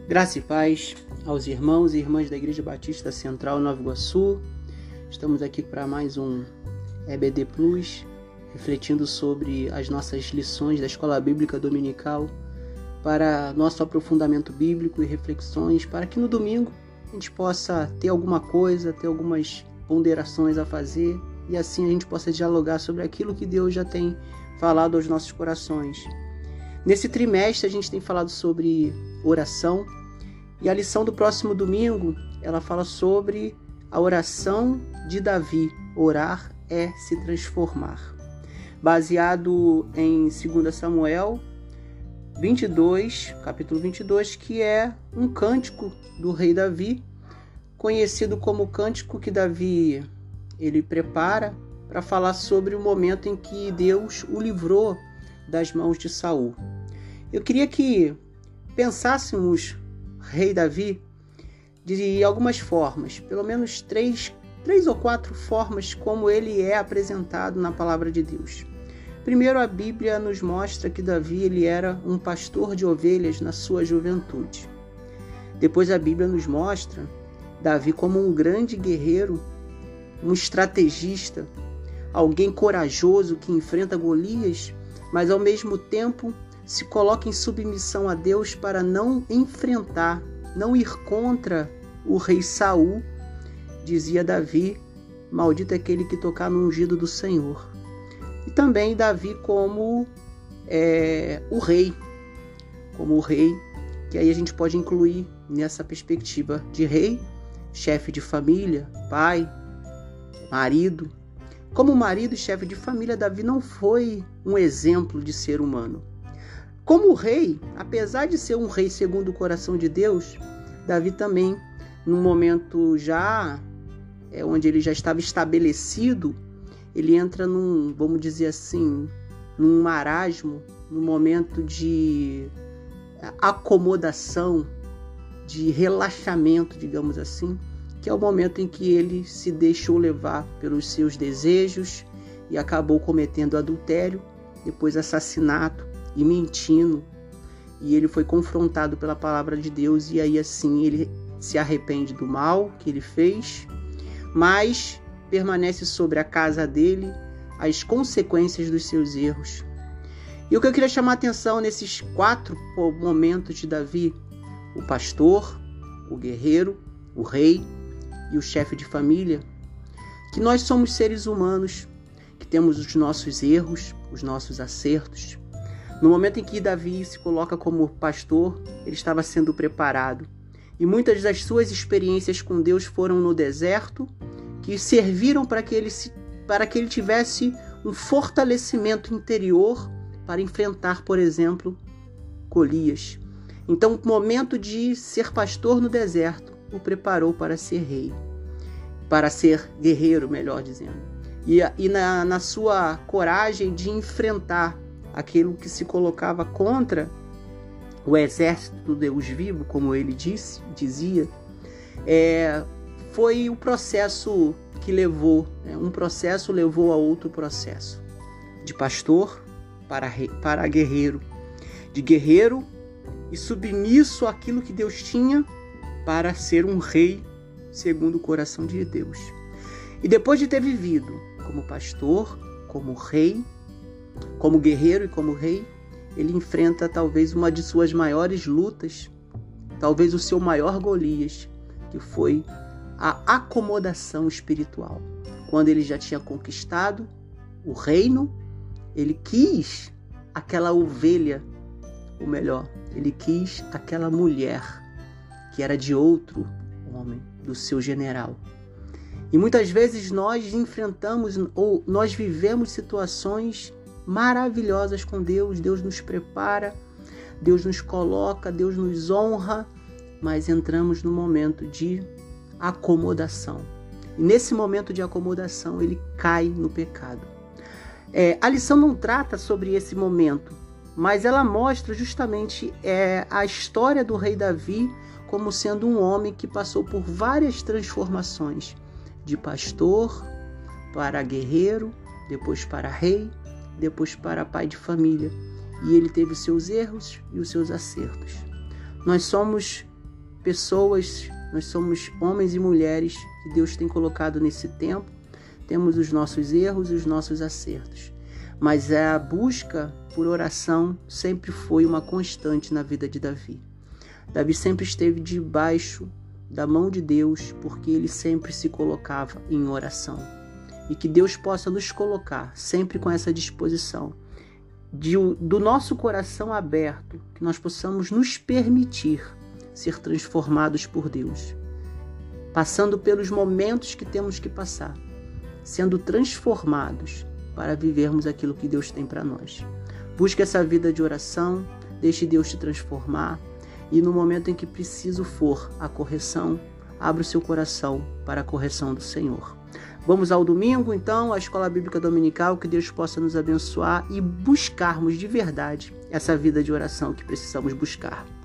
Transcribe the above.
Graça e paz aos irmãos e irmãs da Igreja Batista Central Nova Iguaçu. Estamos aqui para mais um EBD Plus, refletindo sobre as nossas lições da Escola Bíblica Dominical para nosso aprofundamento bíblico e reflexões, para que no domingo a gente possa ter alguma coisa, ter algumas ponderações a fazer e assim a gente possa dialogar sobre aquilo que Deus já tem falado aos nossos corações. Nesse trimestre a gente tem falado sobre oração e a lição do próximo domingo ela fala sobre a oração de Davi. Orar é se transformar. Baseado em 2 Samuel 22, capítulo 22, que é um cântico do rei Davi, conhecido como o cântico que Davi ele prepara para falar sobre o momento em que Deus o livrou das mãos de Saul. Eu queria que pensássemos rei Davi de algumas formas, pelo menos três ou quatro formas como ele é apresentado na palavra de Deus. Primeiro, a Bíblia nos mostra que Davi ele era um pastor de ovelhas na sua juventude. Depois a Bíblia nos mostra Davi como um grande guerreiro, um estrategista, alguém corajoso que enfrenta Golias, mas ao mesmo tempo se coloca em submissão a Deus para não enfrentar, não ir contra o rei Saul. Dizia Davi, maldito é aquele que tocar no ungido do Senhor. E também Davi como o rei, que aí a gente pode incluir nessa perspectiva de rei, chefe de família, pai, marido. Como marido e chefe de família, Davi não foi um exemplo de ser humano. Como rei, apesar de ser um rei segundo o coração de Deus, Davi também, num momento já onde ele já estava estabelecido, ele entra vamos dizer assim, num marasmo, num momento de acomodação, de relaxamento, digamos assim, que é o momento em que ele se deixou levar pelos seus desejos e acabou cometendo adultério, depois assassinato e mentindo. E ele foi confrontado pela palavra de Deus e aí assim ele se arrepende do mal que ele fez, mas permanece sobre a casa dele as consequências dos seus erros. E o que eu queria chamar a atenção nesses 4 momentos de Davi: o pastor, o guerreiro, o rei e o chefe de família, que nós somos seres humanos, que temos os nossos erros, os nossos acertos. No momento em que Davi se coloca como pastor, ele estava sendo preparado. E muitas das suas experiências com Deus foram no deserto, que serviram para que ele tivesse um fortalecimento interior para enfrentar, por exemplo, Golias. Então, o momento de ser pastor no deserto o preparou para ser rei, para ser guerreiro, melhor dizendo. E na sua coragem de enfrentar aquilo que se colocava contra o exército do Deus vivo, como ele dizia, foi o processo que levou, um processo levou a outro processo, de pastor para guerreiro, de guerreiro e submisso àquilo que Deus tinha para ser um rei segundo o coração de Deus. E depois de ter vivido como pastor, como rei, como guerreiro e como rei, ele enfrenta talvez uma de suas maiores lutas, talvez o seu maior Golias, que foi a acomodação espiritual. Quando ele já tinha conquistado o reino, ele quis aquela ovelha, ou melhor, ele quis aquela mulher que era de outro homem, do seu general. E muitas vezes nós enfrentamos ou nós vivemos situações maravilhosas com Deus. Deus nos prepara, Deus nos coloca, Deus nos honra, mas entramos no momento de acomodação. E nesse momento de acomodação ele cai no pecado. A lição não trata sobre esse momento, mas ela mostra justamente a história do rei Davi como sendo um homem que passou por várias transformações, de pastor para guerreiro, depois para rei, depois para pai de família. E ele teve os seus erros e os seus acertos. Nós somos pessoas, nós somos homens e mulheres que Deus tem colocado nesse tempo. Temos os nossos erros e os nossos acertos. Mas a busca por oração sempre foi uma constante na vida de Davi. Davi sempre esteve debaixo da mão de Deus, porque ele sempre se colocava em oração. E que Deus possa nos colocar sempre com essa disposição do nosso coração aberto, que nós possamos nos permitir ser transformados por Deus, passando pelos momentos que temos que passar, sendo transformados para vivermos aquilo que Deus tem para nós. Busque essa vida de oração, deixe Deus te transformar, e no momento em que preciso for a correção, abra o seu coração para a correção do Senhor. Vamos ao domingo, então, à Escola Bíblica Dominical, que Deus possa nos abençoar e buscarmos de verdade essa vida de oração que precisamos buscar.